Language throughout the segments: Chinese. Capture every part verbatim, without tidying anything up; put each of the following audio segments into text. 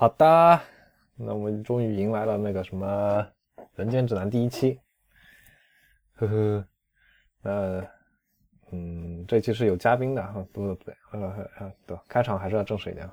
好的，那我们终于迎来了那个什么人间指南第一期，呵呵，那嗯，这期是有嘉宾的哈，不对不对，呃呃，对，开场还是要正式一点。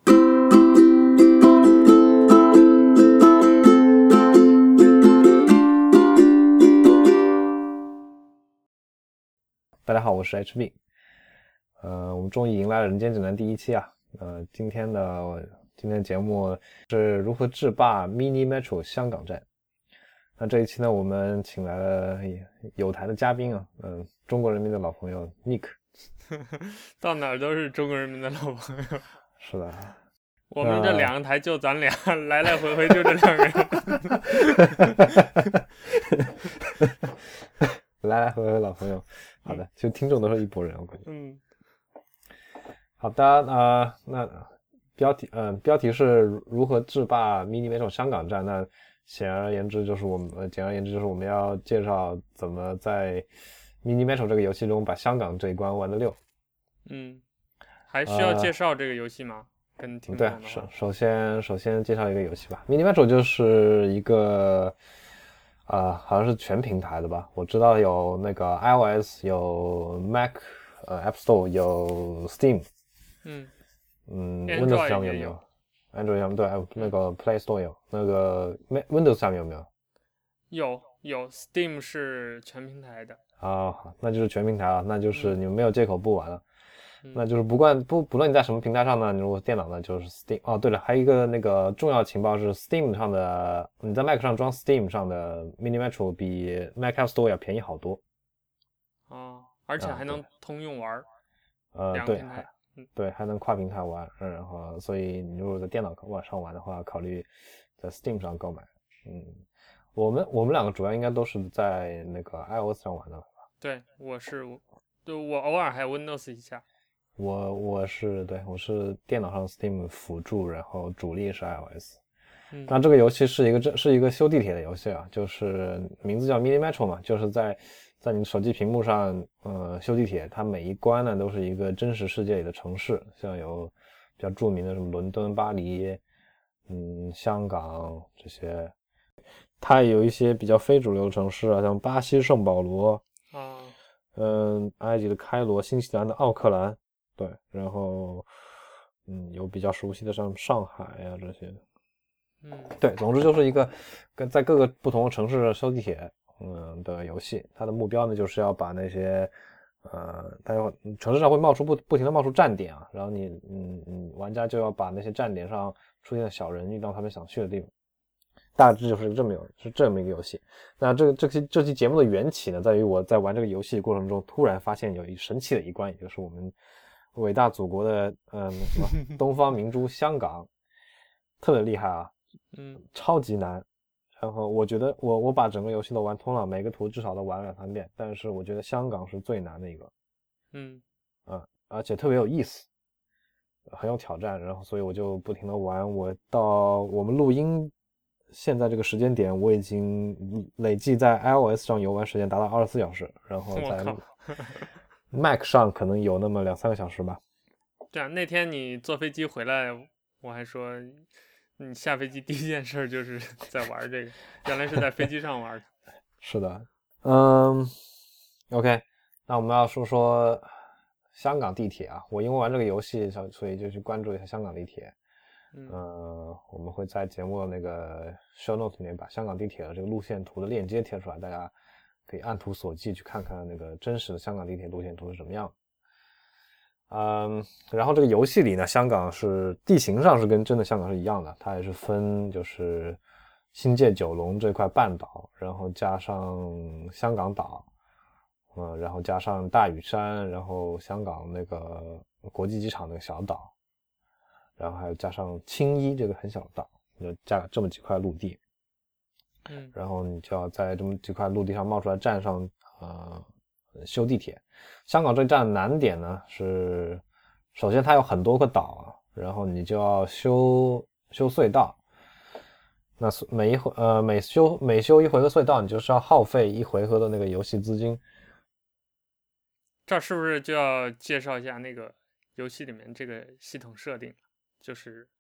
大家好，我是 H B， 呃，我们终于迎来了人间指南第一期啊，呃，今天的今天的节目是如何制霸 Mini Metro 香港站。那这一期呢，我们请来了有台的嘉宾啊，嗯、呃，中国人民的老朋友 Nick。 到哪儿都是中国人民的老朋友。 是的， 我们这两个台就咱俩，呃、来来回回就这两个人。 来来回回老朋友，好的，就听众都是一拨人，我感觉。 嗯， 好的，呃，那标题，嗯、呃，标题是如何制霸 Mini Metro 香港站。那显而言之就是我们，呃，简而言之就是我们要介绍怎么在 Mini Metro 这个游戏中把香港这一关玩得溜。 嗯，还需要介绍这个游戏吗？呃、跟听众的话。 对，首首先首先介绍一个游戏吧。Mini Metro 就是一个。啊、呃，好像是全平台的吧？我知道有那个 iOS， 有 Mac， 呃 App Store， 有 Steam， 嗯嗯 ，Windows 上面有没有 ？Android 上面对，那个 Play Store 有，那个 Windows 上面有没有？ 有有 Steam 是全平台的啊，那就是全平台了，那就是你们没有借口不玩了。 嗯、 那就是不管不不论你在什么平台上呢，你如果电脑呢就是 Steam。哦，对了，还有一个那个重要情报是 Steam 上的，你在 Mac 上装 Steam 上的 Mini Metro 比 Mac App Store 要便宜好多。 哦，而且还能通用玩。啊、 呃，对，还嗯， 对，还能跨平台玩，然后所以你如果在电脑上玩的话，考虑在 Steam 上购买。嗯，我们我们两个主要应该都是在那个 iOS 上玩的。 对，我是，对，我偶尔还 Windows 一下。 我我是对我是电脑上 Steam 辅助，然后主力是 iOS。 嗯， 那这个游戏是一个这是一个修地铁的游戏啊，就是名字叫 Mini Metro 嘛，就是在在你手机屏幕上呃修地铁，它每一关呢都是一个真实世界里的城市，像有比较著名的什么伦敦、巴黎、嗯香港这些，它也有一些比较非主流的城市啊，像巴西圣保罗啊， 嗯埃及的开罗、新西兰的奥克兰。对，然后，嗯，有比较熟悉的像上海啊这些， 嗯， 对，总之就是一个跟在各个不同的城市修地铁，嗯的游戏。它的目标呢，就是要把那些，呃，它有城市上会冒出不不停的冒出站点啊，然后你，嗯嗯，玩家就要把那些站点上出现的小人运到他们想去的地方。大致就是这么有是这么一个游戏。那这个这期这期节目的缘起呢，在于我在玩这个游戏过程中，突然发现有一神奇的一关，也就是我们伟大祖国的嗯什么东方明珠香港，特别厉害啊， 嗯， 超级难。然后我觉得我我把整个游戏都玩通了，每个图至少都玩了两三遍，但是我觉得香港是最难的一个， 嗯啊，而且特别有意思，很有挑战。然后所以我就不停的玩，我到我们录音现在这个时间点，我已经累计在 iOS 上游玩时间达到二十四小时，然后在Mac 上可能有那么两三个小时吧。 对啊，那天你坐飞机回来，我还说你下飞机第一件事就是在玩这个，原来是在飞机上玩的。 是的，嗯 ，OK， 那我们要说说香港地铁啊。我因为玩这个游戏，所以就去关注一下香港地铁。嗯、呃，我们会在节目的那个 show note 里面把香港地铁的这个路线图的链接贴出来，大家可以按图索骥去看看那个真实的香港地铁路线图是什么样。嗯，然后这个游戏里呢，香港是地形上是跟真的香港是一样的，它也是分就是新界九龙这块半岛，然后加上香港岛，嗯，然后加上大屿山，然后香港那个国际机场那个小岛，然后还有加上青衣这个很小的岛，就加这么几块陆地， 嗯， 然后你就要在这么几块陆地上冒出来站上，呃。修地铁，香港这站的难点呢是，首先它有很多个岛，然后你就要修修隧道。那每一回呃每修每修一回合隧道，你就是要耗费一回合的那个游戏资金。 这是不是就要介绍一下那个游戏里面这个系统设定？就是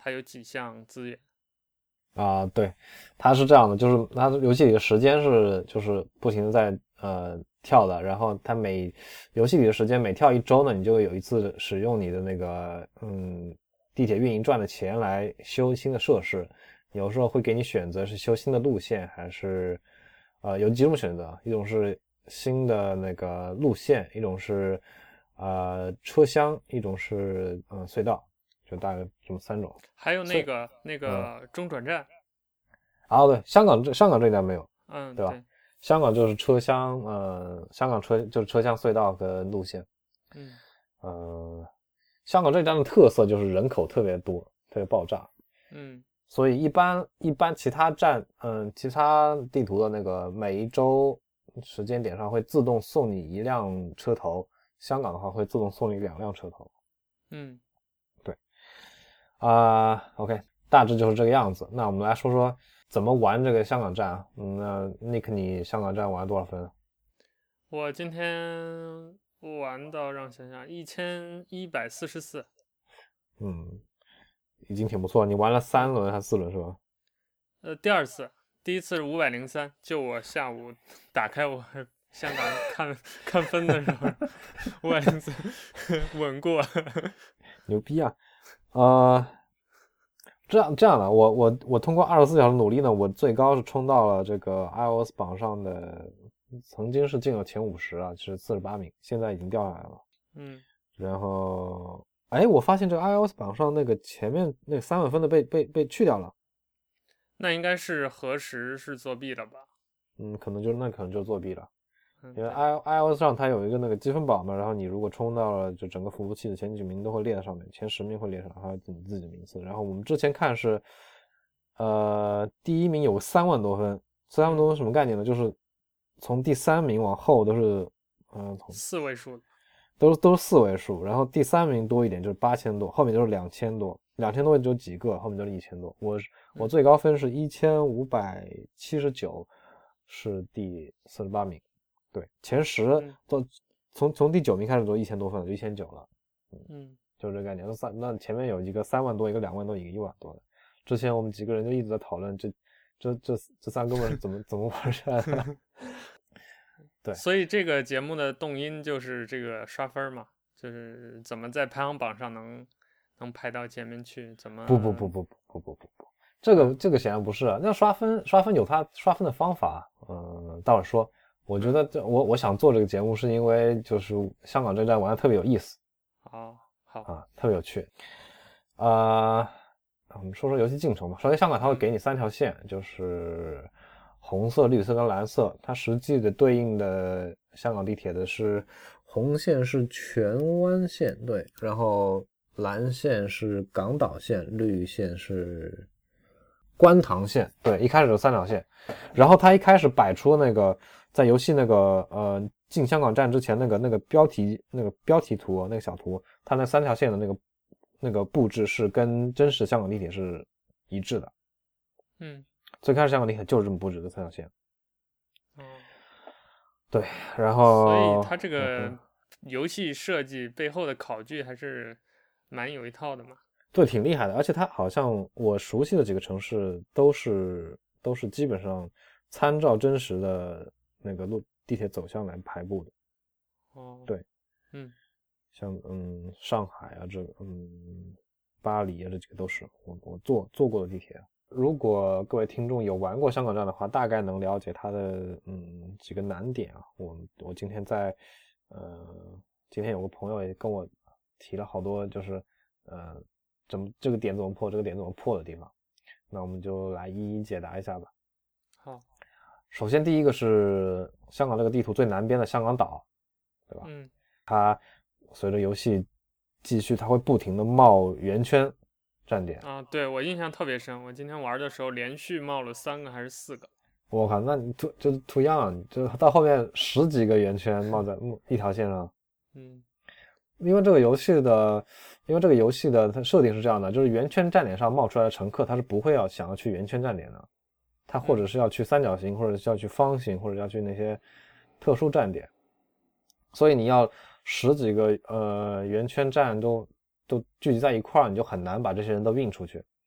它有几项资源。 啊、对，它是这样的，就是它游戏里的时间是就是不停的在呃跳的，然后它每游戏里的时间每跳一周呢，你就会有一次使用你的那个嗯地铁运营赚的钱来修新的设施，有时候会给你选择是修新的路线，还是呃有几种选择，一种是新的那个路线，一种是呃车厢，一种是嗯、呃、隧道，就大概这么三种。 还有那个那嗯个中转站。 啊，对，香港这香港这一带没有， 嗯， 对吧？ 对。 香港就是车厢，呃，香港车就是车厢、隧道跟路线。 嗯呃，香港这一站的特色就是人口特别多，特别爆炸。 嗯所以一般一般其他站，嗯，其他地图的那个每一周时间点上会自动送你一辆车头，香港的话会自动送你两辆车头。 嗯对，啊、呃、，OK， 大致就是这个样子。那我们来说说怎么玩这个香港站啊。嗯，那 Nick， 你香港站玩多少分？ 我今天玩到让想想一千一百四十四。 嗯，已经挺不错。你玩了三轮还是四轮是吧？ 呃，第二次，第一次是五百零三，就我下午打开我香港看看分的时候，五百零三稳过。 牛逼啊！呃，这样这样的，我我我通过二十四小时努力呢，我最高是冲到了这个 iOS 榜上的，曾经是进了前五十啊，是四十八名，现在已经掉下来了。 嗯， 然后，哎，我发现这个 iOS 榜上那个前面那个三百分的被被被去掉了。 那应该是核实是作弊了吧？ 嗯，可能就那可能就作弊了。 嗯， 因为 i iOS 上它有一个那个积分榜嘛，然后你如果冲到了，就整个服务器的前几名都会列在上面，前十名会列上，还有你自己的名次。然后我们之前看是，呃，第一名有三万多分，三万多分什么概念呢？就是从第三名往后都是，嗯、呃，从四位数的。 都都是四位数，然后第三名多一点就是八千多，后面就是两千多，两千多只有几个，后面就是一千多。我我最高分是一千五百七十九，是第四十八名。对，前十都从从第九名开始都一千多分，就一千九了。嗯， 嗯， 就是这个概念。那三那前面有一个三万多，一个两万多，一个一万多的。之前我们几个人就一直在讨论这这这这三哥们是怎么怎么玩出来的。对， 所以这个节目的动因就是这个刷分嘛，就是怎么在排行榜上能能排到前面去，怎么不不不不不不不不不，这个这个显然不是啊。那刷分刷分有它刷分的方法，嗯，待会儿说。我觉得这我我想做这个节目是因为就是香港这站玩的特别有意思。 哦，好啊，特别有趣。啊、呃，我们说说游戏进程吧。首先，香港它会给你三条线，就是红色、绿色跟蓝色。它实际的对应的香港地铁的是红线是荃湾线，对，然后蓝线是港岛线，绿线是观塘线，对，一开始有三条线。然后它一开始摆出那个在游戏那个呃进香港站之前那个那个标题那个标题图那个小图，它那三条线的那个那个布置是跟真实香港地铁是一致的。 嗯， 最开始香港地铁就是这么布置的三条线。 哦， 对，然后所以它这嗯个游戏设计背后的考据还是蛮有一套的嘛。 对，挺厉害的。而且它好像我熟悉的几个城市都是都是基本上参照真实的那个路地铁走向来排布的。 哦， 对， 嗯， 像嗯上海啊，这嗯巴黎啊，这几个都是我我坐坐过的地铁。如果各位听众有玩过香港站的话，大概能了解它的嗯几个难点啊。我我今天在呃今天有个朋友也跟我提了好多，就是呃怎么这个点怎么破，这个点怎么破的地方。那我们就来一一解答一下吧。 好， 首先第一个是香港这个地图最南边的香港岛，对吧？ 嗯， 它随着游戏继续，它会不停的冒圆圈站点。 啊，对，我印象特别深，我今天玩的时候连续冒了三个还是四个。 我靠，那你图就是图样，就到后面十几个圆圈冒在一条线上。 嗯， 因为这个游戏的，因为这个游戏的它设定是这样的，就是圆圈站点上冒出来的乘客，他是不会要想要去圆圈站点的，他或者是要去三角形，或者是要去方形，或者要去那些特殊站点。所以你要十几个呃圆圈站都都聚集在一块儿，你就很难把这些人都运出去。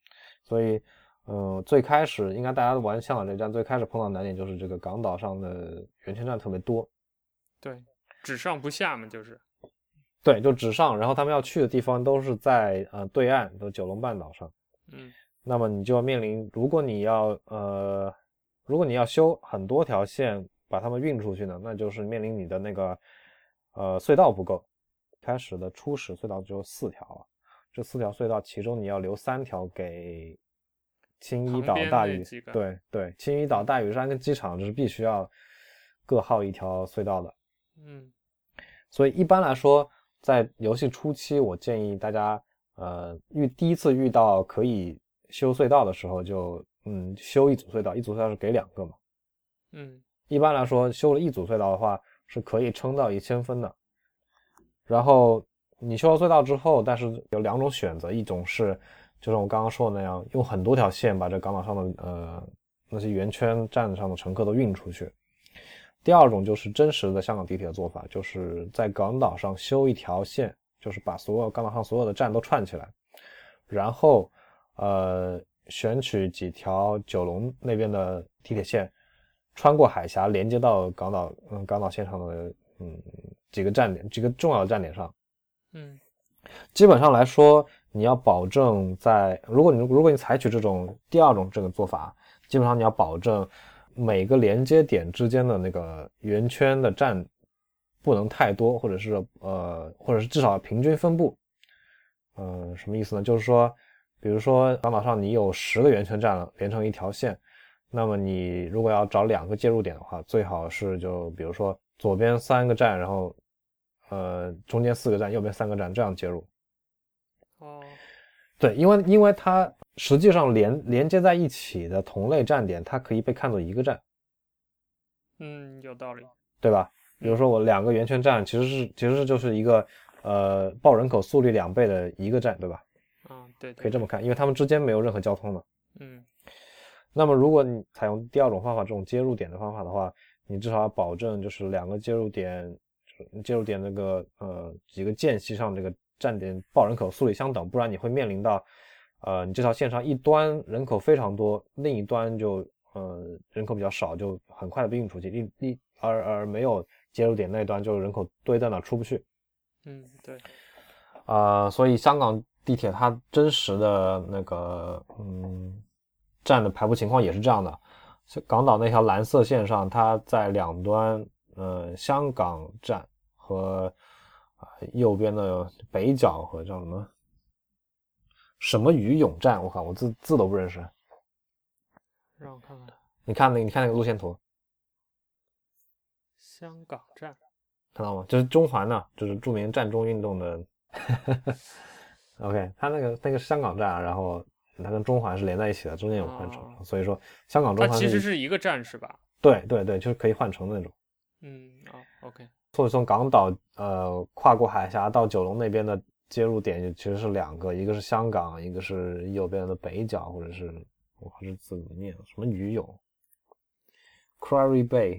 所以，呃，最开始应该大家玩香港这站最开始碰到难点就是这个港岛上的圆圈站特别多。 对，只上不下嘛，就是。 对，就只上，然后他们要去的地方都是在呃对岸的九龙半岛上。 嗯， 那么你就要面临，如果你要呃，如果你要修很多条线把它们运出去呢，那就是面临你的那个呃隧道不够。开始的初始隧道只有四条了，这四条隧道其中你要留三条给青衣岛、大屿，对对，青衣岛、大屿山跟机场这是必须要各耗一条隧道的。 嗯， 所以一般来说，在游戏初期，我建议大家，呃，遇第一次遇到可以修隧道的时候就，嗯，修一组隧道，一组隧道是给两个嘛。 嗯， 一般来说，修了一组隧道的话，是可以撑到一千分的。然后你修了隧道之后，但是有两种选择，一种是，就像我刚刚说的那样，用很多条线把这港岛上的呃那些圆圈站上的乘客都运出去。第二种就是真实的香港地铁的做法，就是在港岛上修一条线，就是把所有港岛上所有的站都串起来，然后呃选取几条九龙那边的地铁线，穿过海峡连接到港岛嗯港岛线上的嗯几个站点几个重要的站点上。 嗯， 基本上来说，你要保证在如果你如果你采取这种第二种这个做法，基本上你要保证每个连接点之间的那个圆圈的站不能太多，或者是呃，或者是至少平均分布。呃，什么意思呢？就是说，比如说港岛上你有十个圆圈站了，连成一条线，那么你如果要找两个接入点的话，最好是就比如说左边三个站，然后呃中间四个站，右边三个站，这样接入。 哦， 对，因为因为它实际上连连接在一起的同类站点，它可以被看作一个站。 嗯，有道理， 对吧？比如说我两个圆圈站，其实是其实是就是一个呃报人口速率两倍的一个站，对吧？ 啊，对， 可以这么看，因为它们之间没有任何交通嘛。 嗯， 那么如果你采用第二种方法，这种接入点的方法的话，你至少要保证就是两个接入点，接入点那个呃几个间隙上这个站点报人口速率相等，不然你会面临到呃你这条线上一端人口非常多，另一端就呃人口比较少，就很快的被运出去，一一而而没有接入点那一端就人口堆在那出不去。 嗯，对， 呃，所以香港地铁它真实的那个嗯站的排布情况也是这样的。港岛那条蓝色线上，它在两端，呃，香港站和、呃、右边的北角和叫什么什么渔涌站，我靠，我字字都不认识。 让我看看， 你看那个，你看那个路线图， 香港站， 看到吗？就是中环呢，就是著名站中运动的。OK， 它那个那个是香港站，然后它跟中环是连在一起的，中间有换乘， 哦， 所以说香港中环它其实是一个站是吧？ 对对对，就是可以换乘的那种。 嗯，哦 ，OK， 所以从港岛呃跨过海峡到九龙那边的接入点其实是两个，一个是香港，一个是右边的北角，或者是我靠这字怎么念？什么渔涌 ？Quarry Bay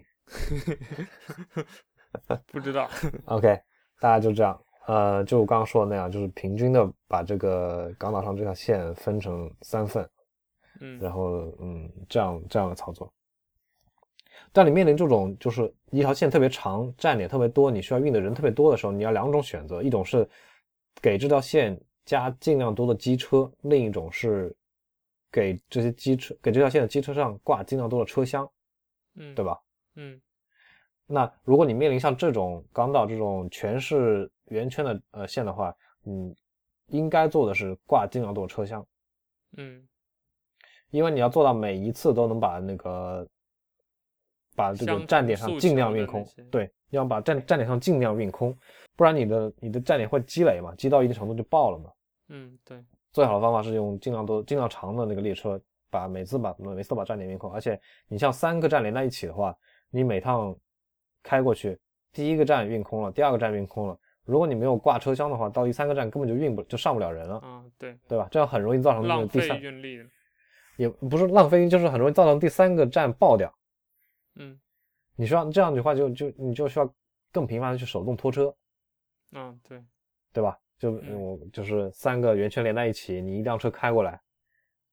不知道。 OK， 大家就这样。呃，就我刚刚说的那样，就是平均的把这个港岛上这条线分成三份， 嗯， 然后嗯，这样这样的操作。当你面临这种就是一条线特别长，站点特别多，你需要运的人特别多的时候，你要两种选择，一种是给这条线加尽量多的机车，另一种是给这些机车给这条线的机车上挂尽量多的车厢， 嗯， 对吧？ 嗯， 那如果你面临像这种港岛这种全是圆圈的呃线的话，你应该做的是挂尽量多的车厢， 嗯， 因为你要做到每一次都能把那个把这个站点上尽量运空，对，要把站站点上尽量运空，不然你的你的站点会积累嘛，积到一定程度就爆了嘛。 嗯，对。 最好的方法是用尽量多、尽量长的那个列车，把每次把每次都把站点运空。而且你像三个站连在一起的话，你每趟开过去，第一个站运空了，第二个站运空了。如果你没有挂车厢的话，到第三个站根本就运不就上不了人了。 啊，对， 对吧？这样很容易造成浪第三费运力， 也不是浪费，就是很容易造成第三个站爆掉。 嗯， 你需要这样的话就就你就需要更频繁的去手动拖车。 啊，对， 对吧？就我、嗯、就是三个圆圈连在一起，你一辆车开过来，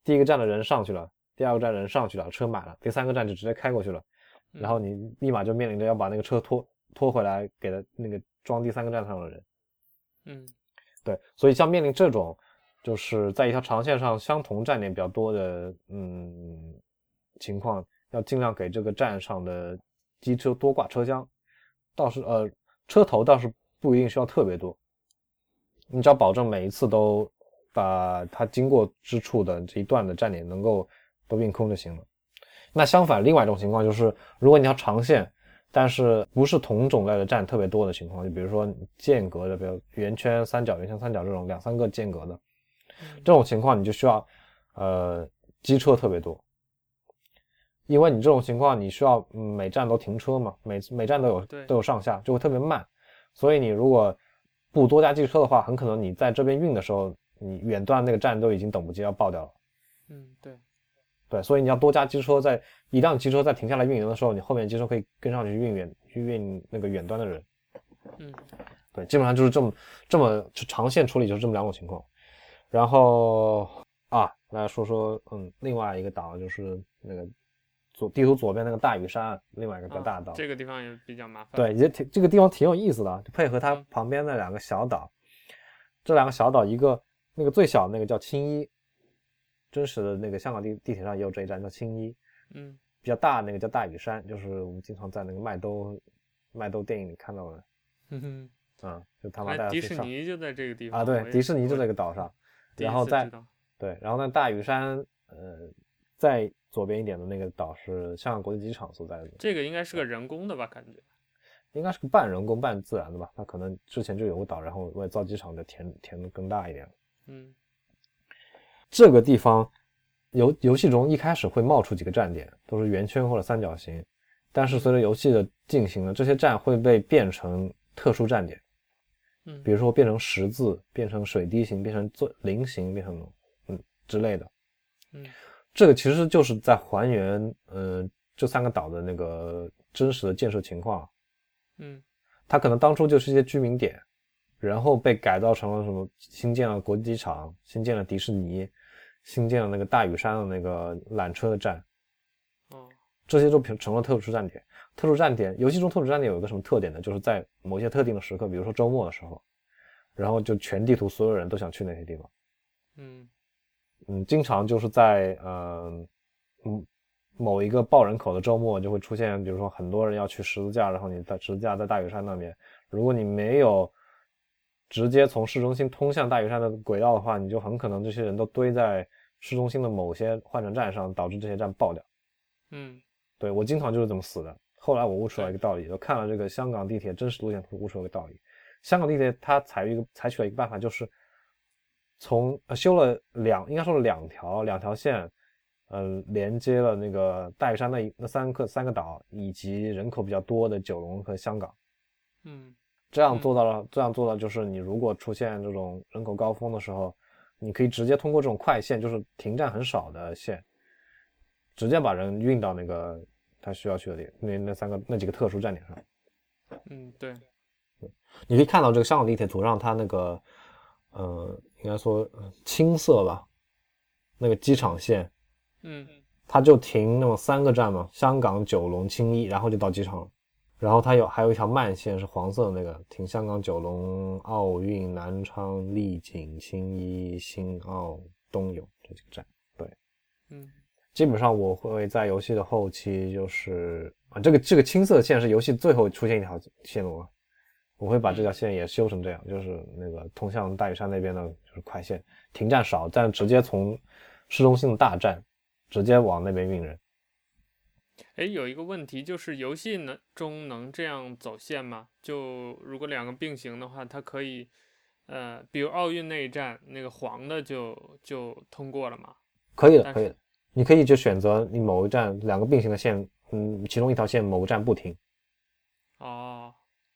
第一个站的人上去了，第二个站人上去了，车满了，第三个站就直接开过去了，然后你立马就面临着要把那个车拖拖回来给的那个装第三个站上的人。 嗯， 对，所以像面临这种就是在一条长线上相同站点比较多的嗯情况，要尽量给这个站上的机车多挂车厢，倒是呃车头倒是不一定需要特别多，你只要保证每一次都把它经过之处的这一段的站点能够都运空就行了。那相反，另外一种情况就是，如果你要长线，但是不是同种类的站特别多的情况，就比如说间隔的，比如圆圈、三角、圆圈、三角这种两三个间隔的，这种情况你就需要呃机车特别多，因为你这种情况你需要、嗯、每站都停车嘛，每每站都有都有上下，就会特别慢。所以你如果不多加机车的话，很可能你在这边运的时候，你远端那个站都已经等不及要爆掉了。 嗯，对。 对，所以你要多加机车，在一辆机车在停下来运营的时候，你后面机车可以跟上去运远去运那个远端的人。 嗯， 对，基本上就是这么这么长线处理就是这么两种情况。然后啊，来说说嗯，另外一个岛就是那个左地图左边那个大屿山，另外一个比较大的岛。 啊、这个地方也比较麻烦。 对，也挺这个地方挺有意思的，就配合它旁边的两个小岛。嗯、这两个小岛，一个那个最小那个叫青衣。真实的那个香港地地铁上也有这一站叫青衣， 嗯， 比较大那个叫大屿山，就是我们经常在那个麦兜麦兜电影里看到的， 嗯哼， 嗯，就他妈带迪士尼就在这个地方啊，对，迪士尼就在这个岛上，然后在对，然后那大屿山，呃，在左边一点的那个岛是香港国际机场所在的， 这个应该是个人工的吧？感觉应该是个半人工半自然的吧？它可能之前就有个岛，然后为了造机场的填填的更大一点， 嗯。 这个地方游游戏中一开始会冒出几个站点，都是圆圈或者三角形，但是随着游戏的进行呢，这些站会被变成特殊站点， 嗯， 比如说变成十字，变成水滴形，变成菱形，变成嗯之类的， 嗯， 这个其实就是在还原呃这三个岛的那个真实的建设情况， 嗯， 它可能当初就是一些居民点，然后被改造成了什么新建了国际机场，新建了迪士尼。新建了那个大屿山的那个缆车的站， 哦， 这些都成了特殊站点。特殊站点，游戏中特殊站点有一个什么特点呢？就是在某些特定的时刻，比如说周末的时候，然后就全地图所有人都想去那些地方。 嗯嗯，经常就是在呃嗯某一个爆人口的周末，就会出现，比如说很多人要去十字架，然后你在十字架在大屿山那边，如果你没有直接从市中心通向大屿山的轨道的话，你就很可能这些人都堆在市中心的某些换乘站上，导致这些站爆掉。 嗯， 对，我经常就是这么死的。后来我悟出来一个道理，我看了这个香港地铁真实路线图，悟出了一个道理。香港地铁它采一个采取了一个办法，就是从、呃、修了两，应该说了两条两条线，呃，连接了那个大屿山那那三个三个岛，以及人口比较多的九龙和香港。 嗯。 这样做到了、嗯，这样做到就是你如果出现这种人口高峰的时候，你可以直接通过这种快线，就是停站很少的线，直接把人运到那个他需要去的地那那三个那几个特殊站点上。 嗯，对。 你可以看到这个香港地铁图上，它那个呃，应该说青色吧，那个机场线， 嗯， 它就停那么三个站嘛，香港、九龙、青衣，然后就到机场了。然后它有还有一条慢线是黄色的那个，停香港、九龙、奥运、南昌、丽景、青衣、新澳、东涌这几个站。对， 嗯， 基本上我会在游戏的后期就是啊，这个这个青色线是游戏最后出现一条线路，我会把这条线也修成这样，就是那个通向大屿山那边的就是快线，停站少，但直接从市中心的大站直接往那边运人。 哎，有一个问题就是游戏呢中能这样走线吗？就如果两个并行的话，它可以，呃，比如奥运那一站，那个黄的就就通过了吗？ 可以的，可以的。你可以就选择你某一站两个并行的线，嗯，其中一条线某个站不停。 哦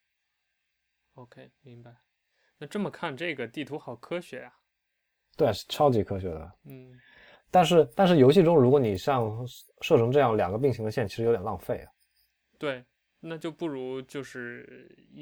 ，OK， 明白。那这么看，这个地图好科学呀、啊。 对，是超级科学的。 嗯。 但是但是游戏中，如果你像设成这样两个并行的线，其实有点浪费啊。 对，那就不如就是一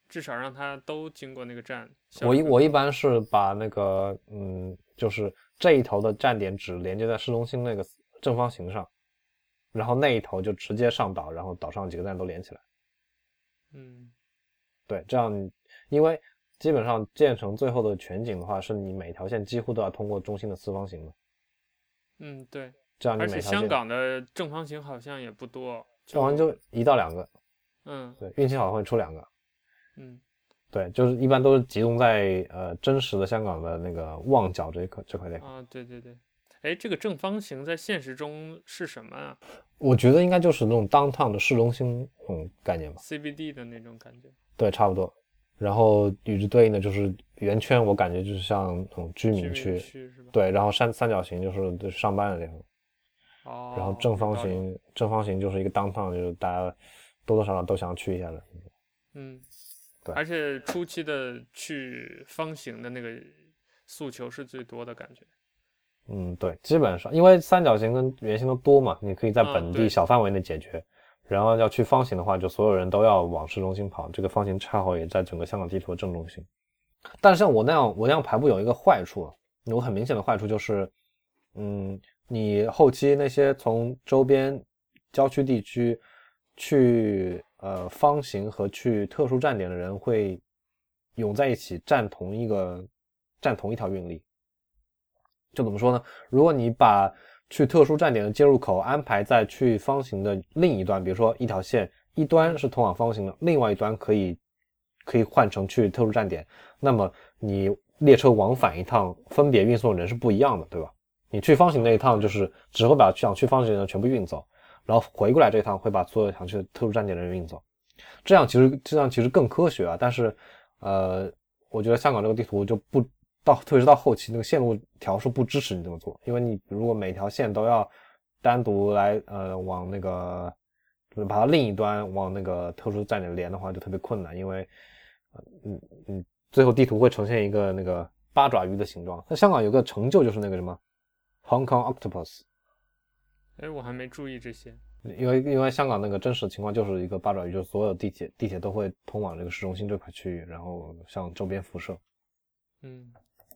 至少让它都经过那个站。 我一我一般是把那个嗯，就是这一头的站点只连接在市中心那个正方形上，然后那一头就直接上岛，然后岛上几个站都连起来。 嗯， 对，这样因为基本上建成最后的全景的话，是你每条线几乎都要通过中心的四方形的。 嗯，对。 这样你每条线， 而且香港的正方形好像也不多， 正方形就一到两个。 嗯， 对，运气好会出两个。 嗯， 对，就是一般都是集中在呃真实的香港的那个旺角这一块这块地方。 啊，对对对。哎，这个正方形在现实中是什么啊？ 我觉得应该就是那种 downtown 的市中心那种概念吧 ，C B D 的那种感觉。 对，差不多。然后与之对应的就是圆圈，我感觉就是像那种居民区， 居民区是吧？ 对，然后三三角形就是就是上班的地方。 哦。 然后正方形，正方形就是一个 downtown，就是大家多多少少都想去一下的。 嗯， 对。 而且初期的去方形的那个诉求是最多的感觉。 嗯，对，基本上因为三角形跟圆形都多嘛，你可以在本地小范围内解决。 啊、 然后要去方形的话，就所有人都要往市中心跑，这个方形恰好也在整个香港地图的正中心。但是像我那样，我那样排布有一个坏处，有很明显的坏处就是，嗯，你后期那些从周边郊区地区去呃方形和去特殊站点的人会涌在一起，占同一个占同一条运力。就怎么说呢？如果你把去特殊站点的接入口安排在去方形的另一端，比如说一条线一端是通往方形的，另外一端可以可以换成去特殊站点，那么你列车往返一趟分别运送的人是不一样的，对吧？你去方形那一趟就是只会把想去方形的人全部运走，然后回过来这一趟会把所有想去特殊站点的人运走，这样其实这样其实更科学啊。但是呃我觉得香港这个地图就不到，特别是到后期那个线路条数不支持你这么做，因为你如果每条线都要单独来呃往那个就是把它另一端往那个特殊站点连的话，就特别困难，因为呃嗯嗯最后地图会呈现一个那个八爪鱼的形状。那香港有个成就就是那个什么 Hong Kong Octopus。 哎，我还没注意这些。 因为因为香港那个真实情况就是一个八爪鱼，就是所有地铁地铁都会通往这个市中心这块区域，然后向周边辐射。 嗯。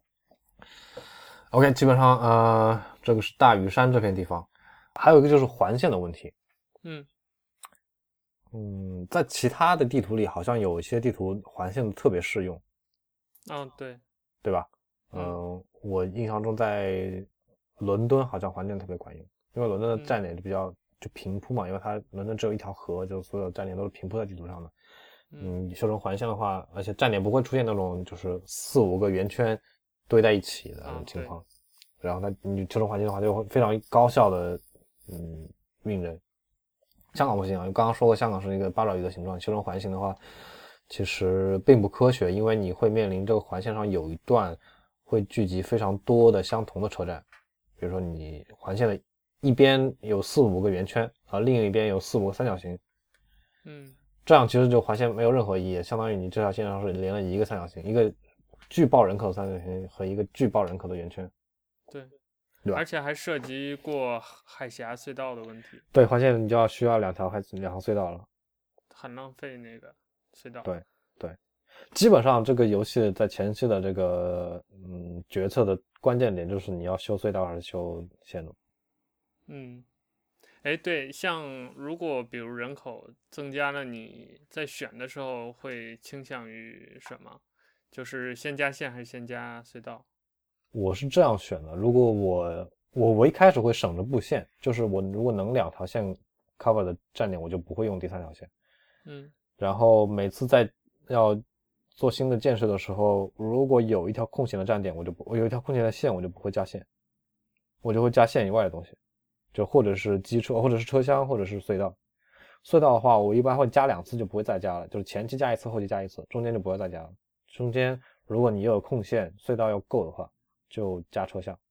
OK， 基本上呃，这个是大屿山这片地方，还有一个就是环线的问题。 嗯嗯，在其他的地图里，好像有一些地图环线特别适用。 啊，对， 对吧？嗯、呃，我印象中在伦敦好像环线特别管用，因为伦敦的站点就比较就平铺嘛，因为它伦敦只有一条河，就所有站点都是平铺在地图上的。嗯，修成环线的话，而且站点不会出现那种就是四五个圆圈堆在一起的情况，啊、然后它你修成环线的话就会非常高效的嗯运人。香港不行啊，刚刚说过香港是一个八爪鱼的形状，修成环形的话其实并不科学，因为你会面临这个环线上有一段会聚集非常多的相同的车站，比如说你环线的一边有四五个圆圈，而另一边有四五个三角形， 嗯， 这样其实就环线没有任何意义，相当于你这条线上是连了一个三角形，一个巨爆人口的三角形和一个巨爆人口的圆圈。 对， 对吧？ 而且还涉及过海峡隧道的问题。 对，环线你就要需要两条海两条隧道了， 很浪费那个隧道。 对对，基本上这个游戏在前期的这个嗯决策的关键点就是你要修隧道还是修线路。 嗯。哎，对，像如果比如人口增加了，你在选的时候会倾向于什么？就是先加线还是先加隧道？ 我是这样选的，如果我我我一开始会省着布线，就是我如果能两条线 cover 的站点，我就不会用第三条线。 嗯， 然后每次在要做新的建设的时候，如果有一条空闲的站点，我就不我有一条空闲的线，我就不会加线，我就会加线以外的东西。就或者是机车，或者是车厢，或者是隧道。隧道的话，我一般会加两次，就不会再加了，就是前期加一次，后期加一次，中间就不会再加了。中间如果你又有空线，隧道要够的话，就加车厢。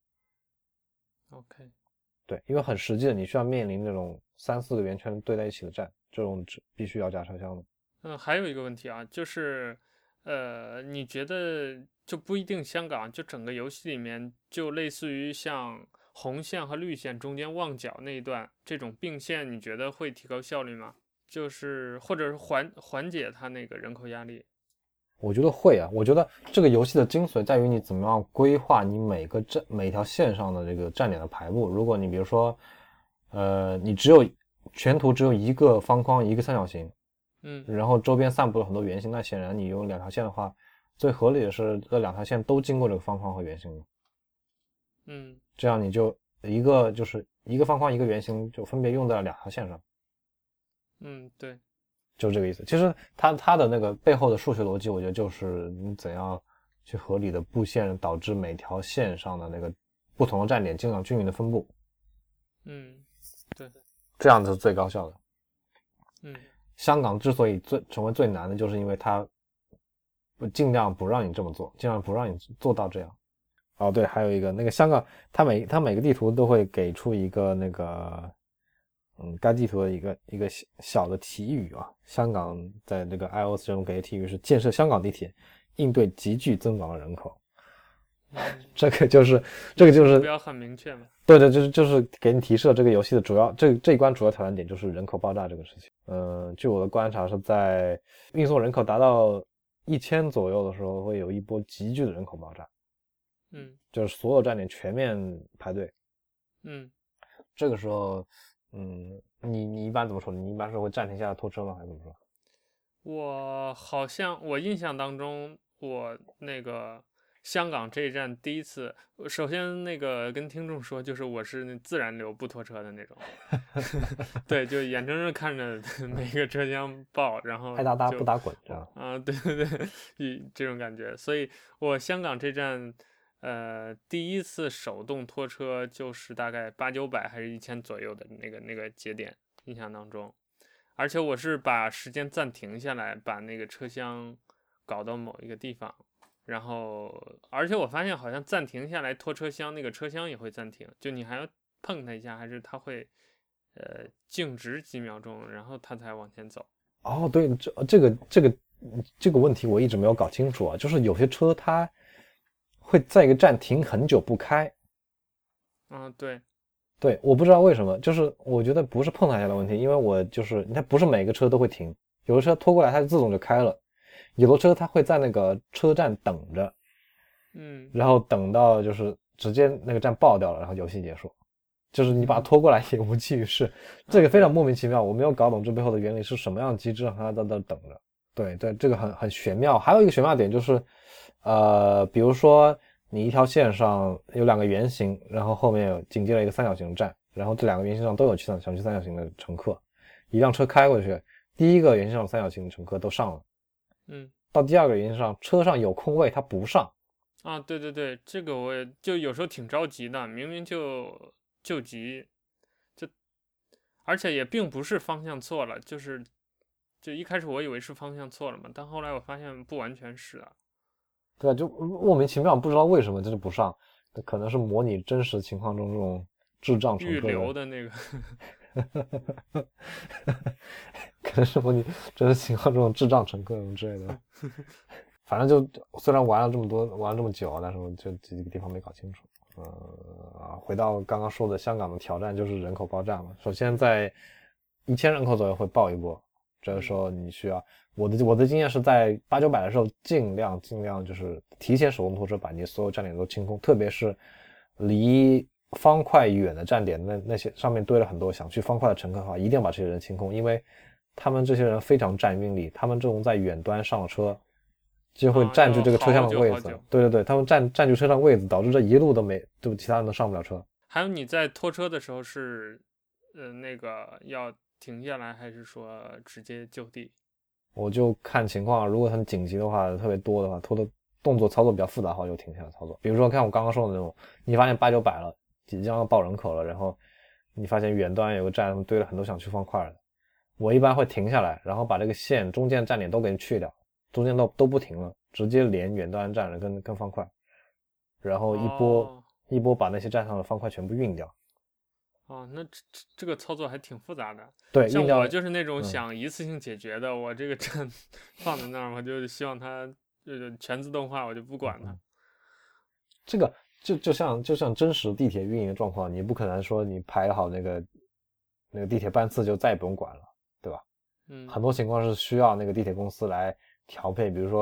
OK， 对，因为很实际的，你需要面临那种三四个圆圈堆在一起的站，这种必须要加车厢的。 嗯，还有一个问题啊，就是呃，你觉得就不一定香港，就整个游戏里面，就类似于像红线和绿线中间旺角那一段这种并线，你觉得会提高效率吗？就是或者是缓缓解它那个人口压力？ 我觉得会啊，我觉得这个游戏的精髓在于你怎么样规划你每个站每条线上的这个站点的排布。如果你比如说，呃，你只有全图只有一个方框一个三角形， 嗯， 然后周边散布了很多圆形，那显然你用两条线的话，最合理的是这两条线都经过这个方框和圆形。 嗯， 这样你就一个就是一个方框一个圆形就分别用在了两条线上。 嗯，对。 就这个意思。其实它它的那个背后的数学逻辑，我觉得就是你怎样去合理的布线，导致每条线上的那个不同的站点尽量均匀的分布。 嗯，对， 这样子是最高效的。 嗯， 香港之所以最成为最难的，就是因为它尽量不让你这么做，尽量不让你做到这样。哦，对，还有一个那个香港，它每它每个地图都会给出一个那个。嗯，该地图的一个一个小的题语啊，香港在这个 iOS 中给的题语是建设香港地铁，应对急剧增长的人口。 嗯、 这个就是这个就是目标很明确嘛。 对对，就是就是给你提示了这个游戏的主要这这一关主要挑战点就是人口爆炸这个事情。呃，据我的观察是在运送人口达到一千左右的时候，会有一波急剧的人口爆炸。 嗯， 就是所有站点全面排队。 嗯， 这个时候。嗯，你你一般怎么说？你一般是会暂停下来拖车吗，还是怎么说？ 我好像我印象当中，我那个香港这一站第一次，首先那个跟听众说，就是我是自然流不拖车的那种，对，就眼睁睁看着每个车厢爆，然后爱打打不打滚，这样啊，对对对，以这种感觉，所以我香港这站。呃，第一次手动拖车就是大概八九百还是一千左右的那个那个节点，印象当中，而且我是把时间暂停下来，把那个车厢搞到某一个地方，然后而且我发现好像暂停下来拖车厢，那个车厢也会暂停，就你还要碰它一下，还是它会呃静止几秒钟，然后它才往前走。 哦，对，这这个这个这个问题我一直没有搞清楚啊，就是有些车它。会在一个站停很久不开。 嗯，对， 对，我不知道为什么，就是我觉得不是碰它一下的问题，因为我就是它不是每个车都会停，有的车拖过来它自动就开了，有的车它会在那个车站等着， 嗯， 然后等到就是直接那个站爆掉了，然后游戏结束，就是你把它拖过来也无济于事，这个非常莫名其妙，我没有搞懂这背后的原理是什么样的机制让它在那等着。对对，这个很很玄妙。还有一个玄妙点就是。呃，比如说你一条线上有两个圆形，然后后面有紧接着一个三角形站，然后这两个圆形上都有去想去三角形的乘客，一辆车开过去，第一个圆形上三角形的乘客都上了， 嗯， 到第二个圆形上车上有空位，他不上。 啊，对对对，这个我也就有时候挺着急的，明明就就急，就而且也并不是方向错了，就是就一开始我以为是方向错了嘛，但后来我发现不完全是啊。 对啊，就莫名其妙，不知道为什么就是不上，可能是模拟真实情况中这种智障乘客预留的那个， 可能是模拟真实情况中这种智障乘客什么之类的。反正就虽然玩了这么多，玩了这么久，但是我就这几个地方没搞清楚。呃，回到刚刚说的香港的挑战就是人口爆炸嘛。首先在一千人口左右会爆一波，这个时候你需要。我的我的经验是在八九百的时候，尽量尽量就是提前手动拖车，把你所有站点都清空，特别是离方块远的站点，那那些上面堆了很多想去方块的乘客的话，一定要把这些人清空，因为他们这些人非常占运力，他们这种在远端上了车，就会占据这个车厢的位置。 啊、 对对对，他们占占据车上位置，导致这一路都没，就其他人都上不了车。 还有你在拖车的时候是，呃，那个要停下来，还是说直接就地？ 我就看情况，如果很紧急的话，特别多的话，拖的动作操作比较复杂的话，就停下来操作。比如说，看我刚刚说的那种，你发现八九百了，即将要爆人口了，然后你发现远端有个站堆了很多想去方块的，我一般会停下来，然后把这个线中间站点都给去掉，中间都都不停了，直接连远端站跟跟方块，然后一波、哦、一波把那些站上的方块全部运掉。 哦，那这这个操作还挺复杂的。 对， 像我就是那种想一次性解决的，嗯、我这个站放在那儿，我就希望它就是全自动化，我就不管它。 这个就就像就像真实地铁运营的状况，你不可能说你排好那个那个地铁班次就再也不用管了，对吧？ 嗯， 很多情况是需要那个地铁公司来调配，比如说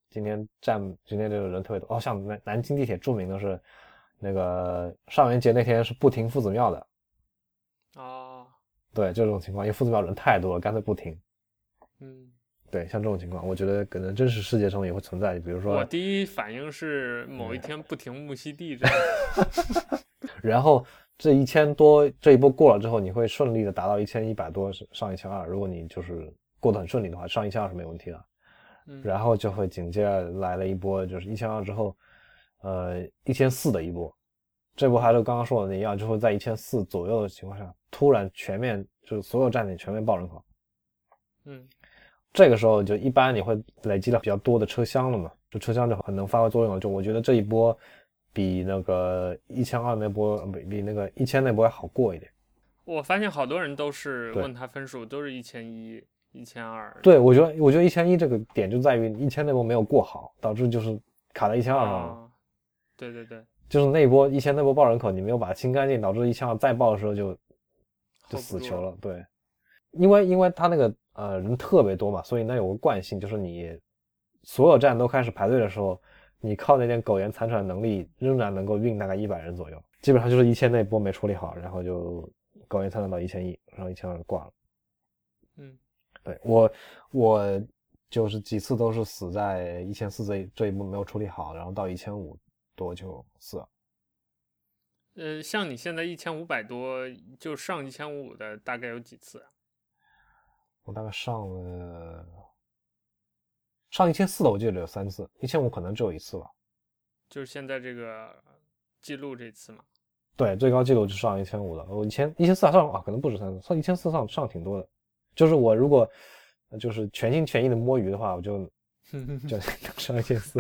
今天站今天这个人特别多哦，像南南京地铁著名的是那个上元节那天是不停夫子庙的啊、哦， 对，就这种情况，因为夫子庙人太多了，干脆不停。 嗯， 对，像这种情况，我觉得可能真实世界中也会存在，比如说我第一反应是某一天不停木樨地震， 然后这一千多这一波过了之后，你会顺利的达到一千一百多上一千二，如果你就是过得很顺利的话，上一千二是没问题的。 嗯， 然后就会紧接着来了一波，就是一千二之后，呃，一千四的一波。这波还是刚刚说的那一样，就会在一千四左右的情况下，突然全面就是所有站点全面爆人口。 嗯， 这个时候就一般你会累积了比较多的车厢了嘛，就车厢就很能发挥作用了。就我觉得这一波比那个一千二那波比比那个一千那波还好过一点。 我发现好多人都是问他分数都是一千一。一千二， 对，我觉得我觉得一千一这个点就在于一千那波没有过好，导致就是卡在一千二上了、 哦。对对对， 就是那一波一千那波爆人口，你没有把它清干净，导致一千二再爆的时候就就死球了。对，因为因为他那个呃人特别多嘛，所以那有个惯性，就是你所有站都开始排队的时候，你靠那点苟延残喘的能力，仍然能够运大概一百人左右。基本上就是一千那波没处理好，然后就苟延残喘到一千一，然后一千二就挂了。 嗯。 对，我我就是几次都是死在一千四这一这一步没有处理好，然后到一千五多就死了。 呃，像你现在一千五百多，就上一千五的大概有几次啊？ 我大概上了上一千四的，我记得有三次，一千五可能只有一次吧。 就是现在这个记录这次嘛。 对，最高记录就上一千五的，我一千一千四上啊，可能不止三次，上一千四上上挺多的。就是我如果就是全心全意的摸鱼的话，我就就上一千四。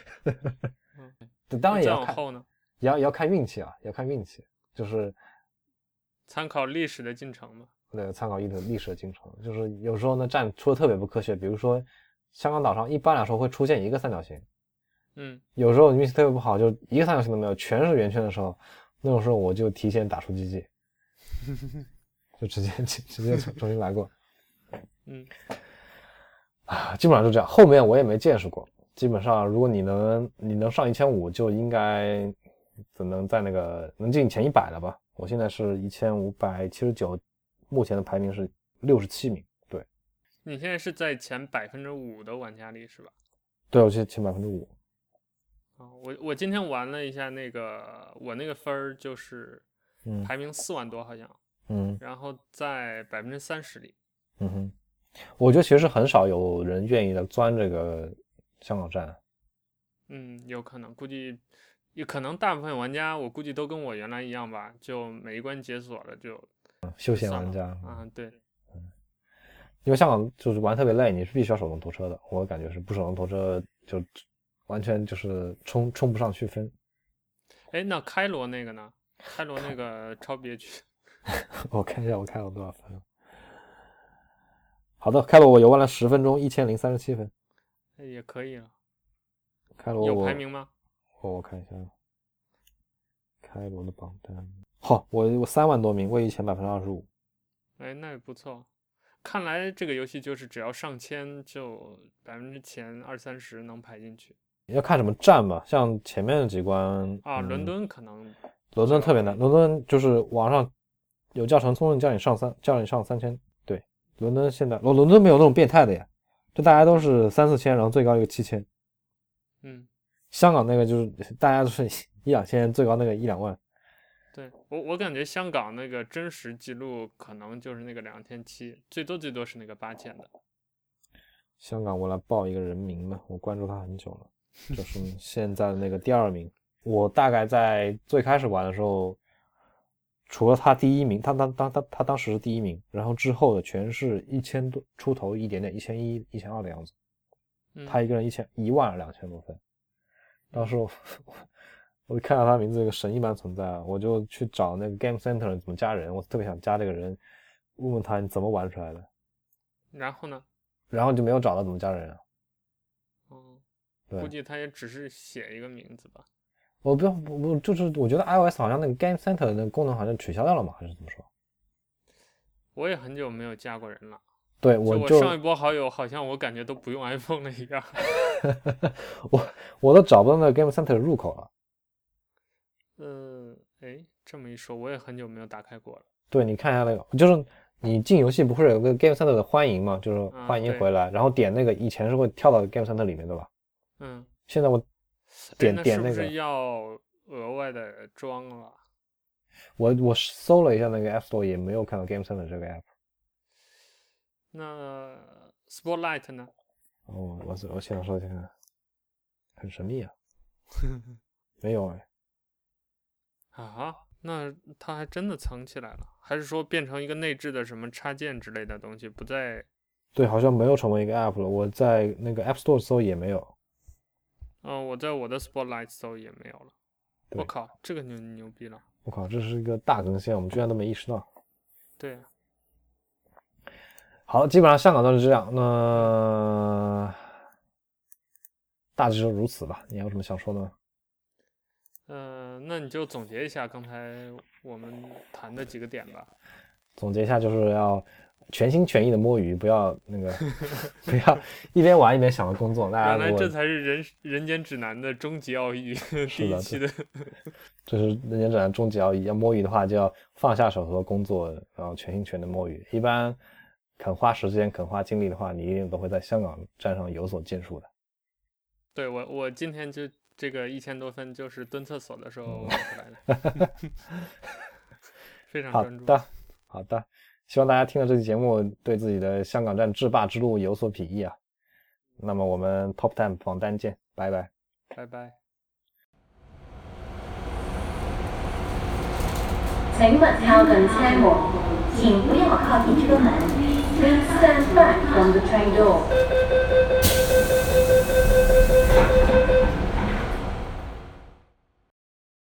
当然也要看， 后呢， 也要也要看运气啊，也要看运气，就是参考历史的进程嘛。 对，参考历史历史的进程，就是有时候呢站出的特别不科学，比如说香港岛上一般来说会出现一个三角形， 嗯， 有时候运气特别不好，就一个三角形都没有，全是圆圈的时候，那种时候我就提前打出 G G， 就直接直接重新来过。 嗯， 啊，基本上就这样。后面我也没见识过，基本上如果你能你能上一千五，就应该只能在那个能进前一百了吧？我现在是一千五百七十九，目前的排名是六十七名。对， 你现在是在前百分之五的玩家里是吧？ 对，我现在前百分之五。 啊，我我今天玩了一下那个，我那个分儿就是排名四万多好像， 嗯， 然后在百分之三十里。 嗯哼。我觉得其实很少有人愿意的钻这个香港站。 嗯，有可能，估计也可能大部分玩家，我估计都跟我原来一样吧，就每一关解锁了就、 嗯、休闲玩家啊，对， 嗯，因为香港就是玩特别累，你是必须要手动拖车的，我感觉是不手动拖车就完全就是冲冲不上去分。 哎，那开罗那个呢？开罗那个超憋屈。 我看一下我开罗多少分。好的，开罗我游玩了十分钟，一千零三十七分， 也可以了。 开罗有排名吗？ 我我看一下，开罗的榜单。好，我我三万多名，位于前百分之二十五。 哎，那也不错。看来这个游戏就是只要上千，就百分之前二三十能排进去。 要看什么站吧，像前面的几关啊， 嗯、 伦敦可能， 伦敦特别难，伦敦就是网上有教程聪叫你上三，叫你上三千。对，伦敦现在伦伦敦没有那种变态的呀，就大家都是三四千，然后最高一个七千。 嗯， 香港那个就是大家都是一两千，最高那个一两万。 对，我我感觉香港那个真实记录可能就是那个两千七，最多最多是那个八千的。 香港我来报一个人名吧，我关注他很久了，就是现在的那个第二名。我大概在最开始玩的时候，除了他第一名，他当当他他当时是第一名，然后之后的全是一千多出头一点点，一千一、一千二的样子。 嗯、 他一个人一千一万两千多分，当时我我看到他名字这个神一般存在，我就去找那个 Game Center 怎么加人，我特别想加这个人，问问他你怎么玩出来的。 然后呢？ 然后就没有找到怎么加人啊。 哦、 嗯， 估计他也只是写一个名字吧。 我不要，我就是我觉得 iOS 好像那个 Game Center 的那个功能好像取消掉了嘛，还是怎么说？ 我也很久没有加过人了。 对，我就我上一波好友好像我感觉都不用 iPhone 了一样。 我我都找不到那个 Game Center 的入口了。 嗯，哎，这么一说，我也很久没有打开过了。 对，你看一下那个，就是你进游戏不是有个 Game Center 的欢迎嘛，就是欢迎回来， 啊、 然后点那个，以前是会跳到 Game Center 里面，对吧？ 嗯。 现在我点那点那个， 是不是要额外的装了？ 我我搜了一下那个 App Store， 也没有看到 Game Center 这个 app。 那 Spotlight 呢？ 哦，我我现在说一下，很神秘啊。没有哎。 啊，那它还真的藏起来了，还是说变成一个内置的什么插件之类的东西，不再？ 对，好像没有成为一个 app 了。我在那个 App Store 搜也没有。 嗯、呃，我在我的 Spotlight 搜也没有了。我靠，这个牛牛逼了！ 我靠，这是一个大更新，我们居然都没意识到。 对。 好，基本上香港都是这样。那大致就如此吧。你还有什么想说的吗？ 嗯、呃，那你就总结一下刚才我们谈的几个点吧。 总结一下，就是要全心全意的摸鱼，不要那个，不要一边玩一边想着工作。大家原来这才是人人间指南的终极奥义，第一期的。 这是人间指南终极奥义。要摸鱼的话，就要放下手头的工作，然后全心全的摸鱼。一般肯花时间、肯花精力的话，你一定都会在香港站上有所建树的。 对，我我今天就这个一千多分，就是蹲厕所的时候玩出来的。非常专注。 好的，好的。希望大家听了这期节目，对自己的香港站制霸之路有所裨益啊。那么我们 Top Time 榜单见，拜拜， 拜拜。 请勿靠近车門，請不要靠近車門。Please stand back from the train door.